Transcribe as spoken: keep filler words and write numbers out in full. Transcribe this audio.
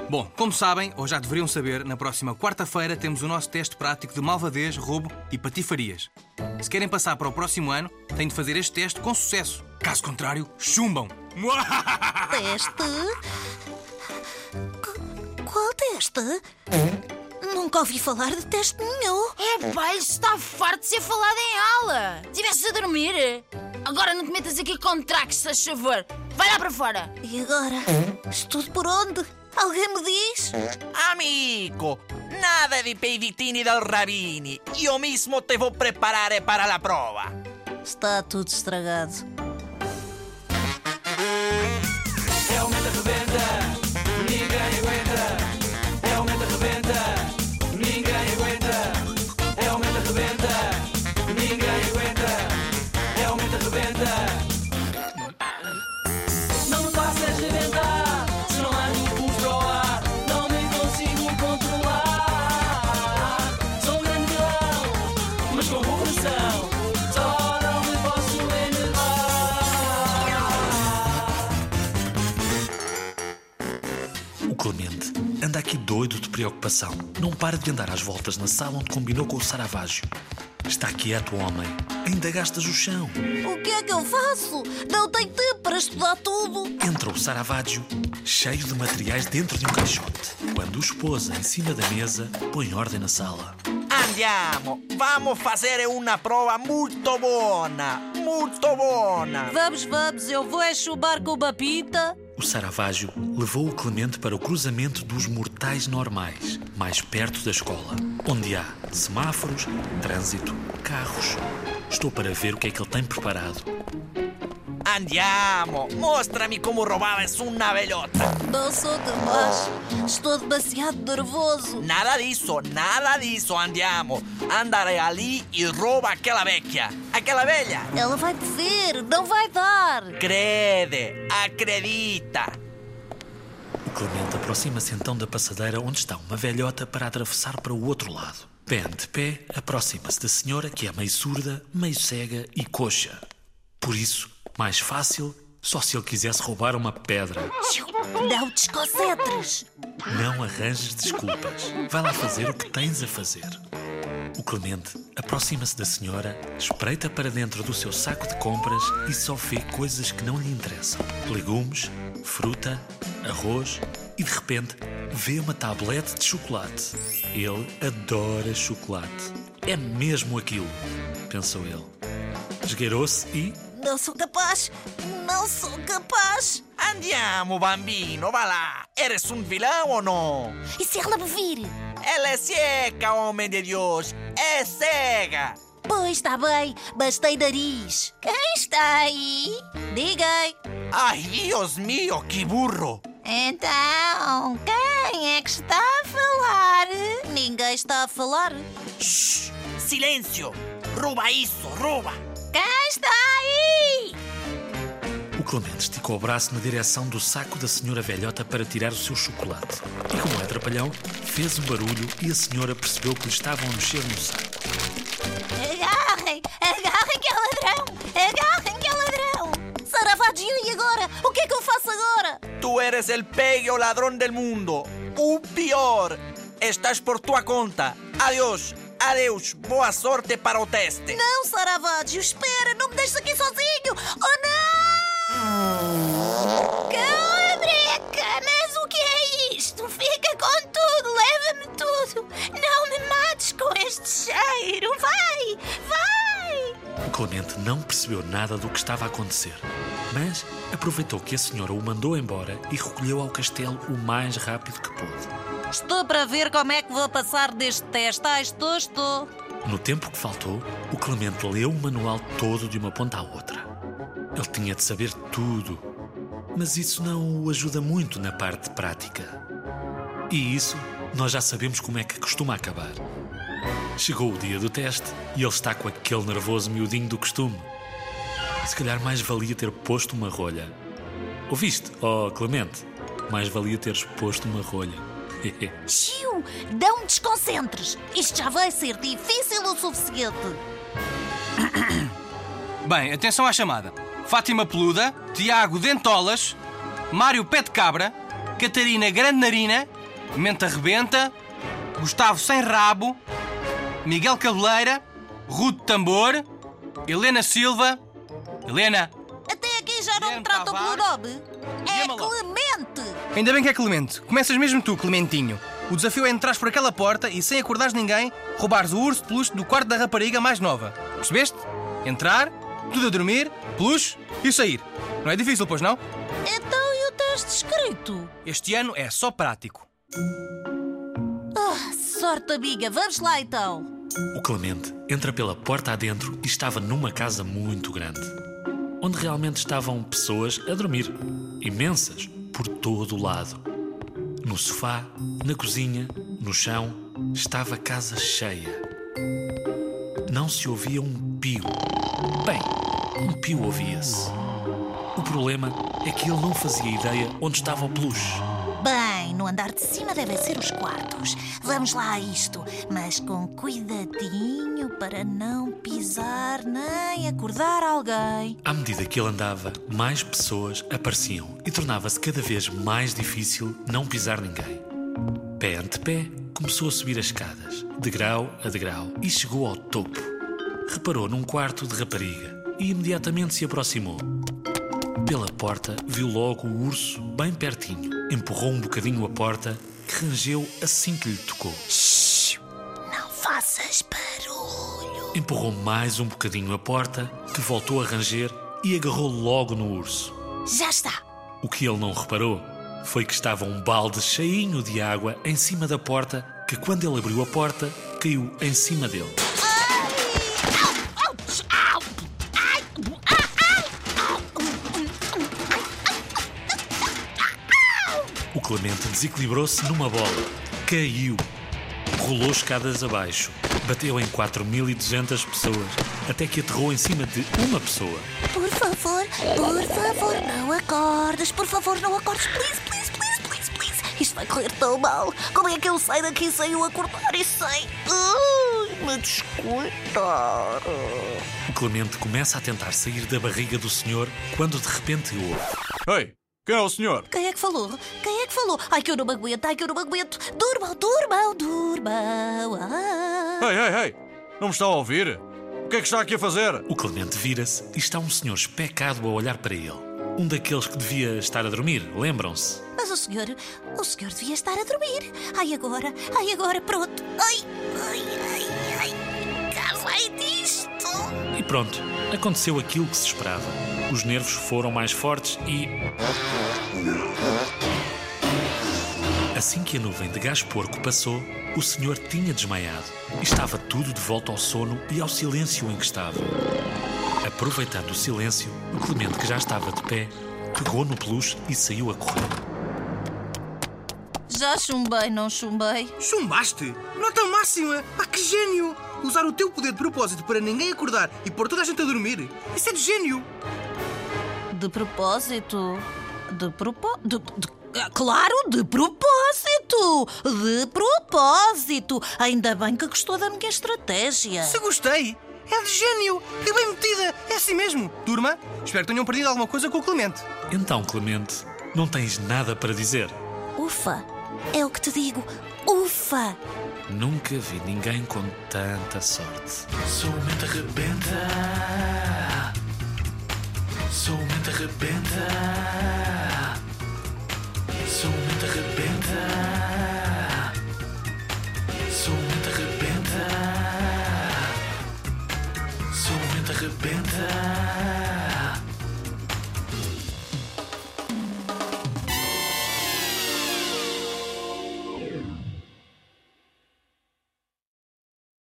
Bom, como sabem, ou já deveriam saber, na próxima quarta-feira temos o nosso teste prático de malvadez, roubo e patifarias. Se querem passar para o próximo ano, têm de fazer este teste com sucesso. Caso contrário, chumbam. Teste? Qu- Qual teste? Nunca ouvi falar de teste nenhum. É pá, isto está farto de ser falado em aula. Estiveste a dormir? Agora não te metas aqui com tracos, se faz favor. Vai lá para fora. E agora? Estudo por onde? Alguém me diz? Amico, nada di peiditini del Rabini. Io mismo te vou preparare para la prova. Está tudo estragado. É o Meta Rebenta, ninguém aguenta. É o Meta Rebenta, ninguém aguenta. É o Meta Rebenta, ninguém aguenta. É o Meta Rebenta. Não me faças rebentar, se não há impulso para o ar, não me consigo controlar. Sou um grande vilão, mas com bom coração, só não me posso enervar. O Clemente anda aqui doido de preocupação. Não para de andar às voltas na sala onde combinou com o Saravaggio. Está quieto, homem. Ainda gastas o chão. O que é que eu faço? Não tenho tempo para estudar tudo. Entra o Saravaggio, cheio de materiais dentro de um caixote. Quando os pôs em cima da mesa, põe ordem na sala. Andiamo, vamos fazer uma prova muito buona, muito buona. Vamos, vamos, eu vou é chubar com uma pinta. O Saravaggio levou o Clemente para o cruzamento dos mortais normais, mais perto da escola, onde há semáforos, trânsito, carros. Estou para ver o que é que ele tem preparado. Andiamo, mostrami como roubavas uma velhota. Não sou capaz. Estou demasiado nervoso. Nada disso, nada disso, andiamo. Andare ali e rouba aquela vecchia, aquela velha. Ela vai te ver, não vai dar. Crede, acredita. O Clemente aproxima-se então da passadeira onde está uma velhota para atravessar para o outro lado. Pé ante pé, aproxima-se da senhora que é meio surda, meio cega e coxa. Por isso, mais fácil, só se ele quisesse roubar uma pedra. Não te desconcentres. Não arranjes desculpas. Vai lá fazer o que tens a fazer. O Clemente aproxima-se da senhora, espreita para dentro do seu saco de compras e só vê coisas que não lhe interessam. Legumes, fruta, arroz e de repente vê uma tablete de chocolate. Ele adora chocolate. É mesmo aquilo, pensou ele. Esgueirou-se e... Não sou capaz. Não sou capaz. Andiamo, bambino, vai lá. Eres um vilão ou não? E se ela me vir? Ela é cega, homem de Deus. É cega. Pois está bem, mas tem nariz. Quem está aí? Digam. Ai, Deus meu, que burro. Então, quem é que está a falar? Ninguém está a falar. Shhh, silêncio. Rouba isso, rouba. Quem está aí? O Clemente esticou o braço na direção do saco da senhora velhota para tirar o seu chocolate. E como é trapalhão, fez um barulho e a senhora percebeu que lhe estavam a mexer no saco. Agarrem! Agarrem que é ladrão! Agarrem que é ladrão! Saravaggio, e agora? O que é que eu faço agora? Tu eres el peor ladrón del mundo. O pior. Estás por tua conta. Adeus. Adeus, boa sorte para o teste. Não, Saravaggio, espera, não me deixes aqui sozinho! Oh, não! Cabreca, mas o que é isto? Fica com tudo, leva-me tudo! Não me mates com este cheiro! Vai, vai! O Clemente não percebeu nada do que estava a acontecer, mas aproveitou que a senhora o mandou embora e recolheu ao castelo o mais rápido que pôde. Estou para ver como é que vou passar deste teste. Ah, estou, estou. No tempo que faltou, o Clemente leu o manual todo de uma ponta à outra. Ele tinha de saber tudo, mas isso não o ajuda muito na parte prática. E isso nós já sabemos como é que costuma acabar. Chegou o dia do teste e ele está com aquele nervoso miudinho do costume. Se calhar mais valia ter posto uma rolha. Ouviste, oh Clemente? Mais valia teres posto uma rolha. Tio, não me desconcentres. Isto já vai ser difícil o suficiente. Bem, atenção à chamada. Fátima Peluda, Tiago Dentolas, Mário Pé de Cabra, Catarina Grande Narina Menta Rebenta, Gustavo Sem Rabo, Miguel Cabeleira, Ruto Tambor, Helena Silva... Helena! Até aqui já não me Guilherme tratam pelo Tavares. nome. É Guilherme Lopes. Clemente. Ainda bem que é Clemente. Começas mesmo tu, Clementinho. O desafio é entrares por aquela porta e, sem acordares ninguém, roubares o urso de peluche do quarto da rapariga mais nova. Percebeste? Entrar, tudo a dormir, peluche e sair. Não é difícil, pois não? Então e o teste escrito? Este ano é só prático. Ah, sorte, amiga. Vamos lá, então. O Clemente entra pela porta adentro e estava numa casa muito grande, onde realmente estavam pessoas a dormir, imensas, por todo o lado. No sofá, na cozinha, no chão, estava a casa cheia. Não se ouvia um pio. Bem, um pio ouvia-se. O problema é que ele não fazia ideia onde estava o peluche. Bem, no andar de cima devem ser os quartos. Vamos lá a isto, mas com cuidadinho para não pisar nem acordar alguém. À medida que ele andava, mais pessoas apareciam e tornava-se cada vez mais difícil não pisar ninguém. Pé ante pé, começou a subir as escadas, degrau a degrau, e chegou ao topo. Reparou num quarto de rapariga e imediatamente se aproximou. Pela porta, viu logo o urso bem pertinho. Empurrou um bocadinho a porta, que rangeu assim que lhe tocou. Shhh, não faças barulho. Empurrou mais um bocadinho a porta, que voltou a ranger e agarrou logo no urso. Já está. O que ele não reparou foi que estava um balde cheinho de água em cima da porta, que quando ele abriu a porta, caiu em cima dele. O Clemente desequilibrou-se numa bola. Caiu. Rolou escadas abaixo. Bateu em quatro mil e duzentas pessoas, até que aterrou em cima de uma pessoa. Por favor, por favor, não acordes. Por favor, não acordes. Please, please, please, please, please. Isto vai correr tão mal. Como é que eu saio daqui sem o acordar e sem... Ai, me descuidar. O Clemente começa a tentar sair da barriga do senhor quando de repente ouve. Ei, quem é o senhor? Quem é que falou? Quem é que falou? Ai, que eu não me aguento, ai, que eu não me aguento. Durmam, durmam, durmam. Ah. Ei, ei, ei, não me está a ouvir? O que é que está aqui a fazer? O Clemente vira-se e está um senhor especado a olhar para ele. Um daqueles que devia estar a dormir, lembram-se? Mas o senhor, o senhor devia estar a dormir. Ai, agora, ai, agora, pronto. Ai, ai, ai, ai. Cá vai disto. E pronto, aconteceu aquilo que se esperava. Os nervos foram mais fortes e... Assim que a nuvem de gás porco passou, o senhor tinha desmaiado. E estava tudo de volta ao sono e ao silêncio em que estava. Aproveitando o silêncio, o Clemente, que já estava de pé, pegou no peluche e saiu a correr. Já chumbei, não chumbei? Chumbaste? Nota máxima! Ah, que gênio! Usar o teu poder de propósito para ninguém acordar e pôr toda a gente a dormir. Isso é de gênio! De propósito? De propósito? De... Claro, de propósito! De propósito! Ainda bem que gostou da minha estratégia. Se gostei! É de gênio! É bem metida! É assim mesmo! Turma, espero que tenham perdido alguma coisa com o Clemente. Então, Clemente, não tens nada para dizer? Ufa! É o que te digo! Ufa! Nunca vi ninguém com tanta sorte. Sou o mente arrebenta. Sou o mente arrebenta. Sou o mente arrebenta. Sou o mente arrebenta. Sou o mente arrebenta.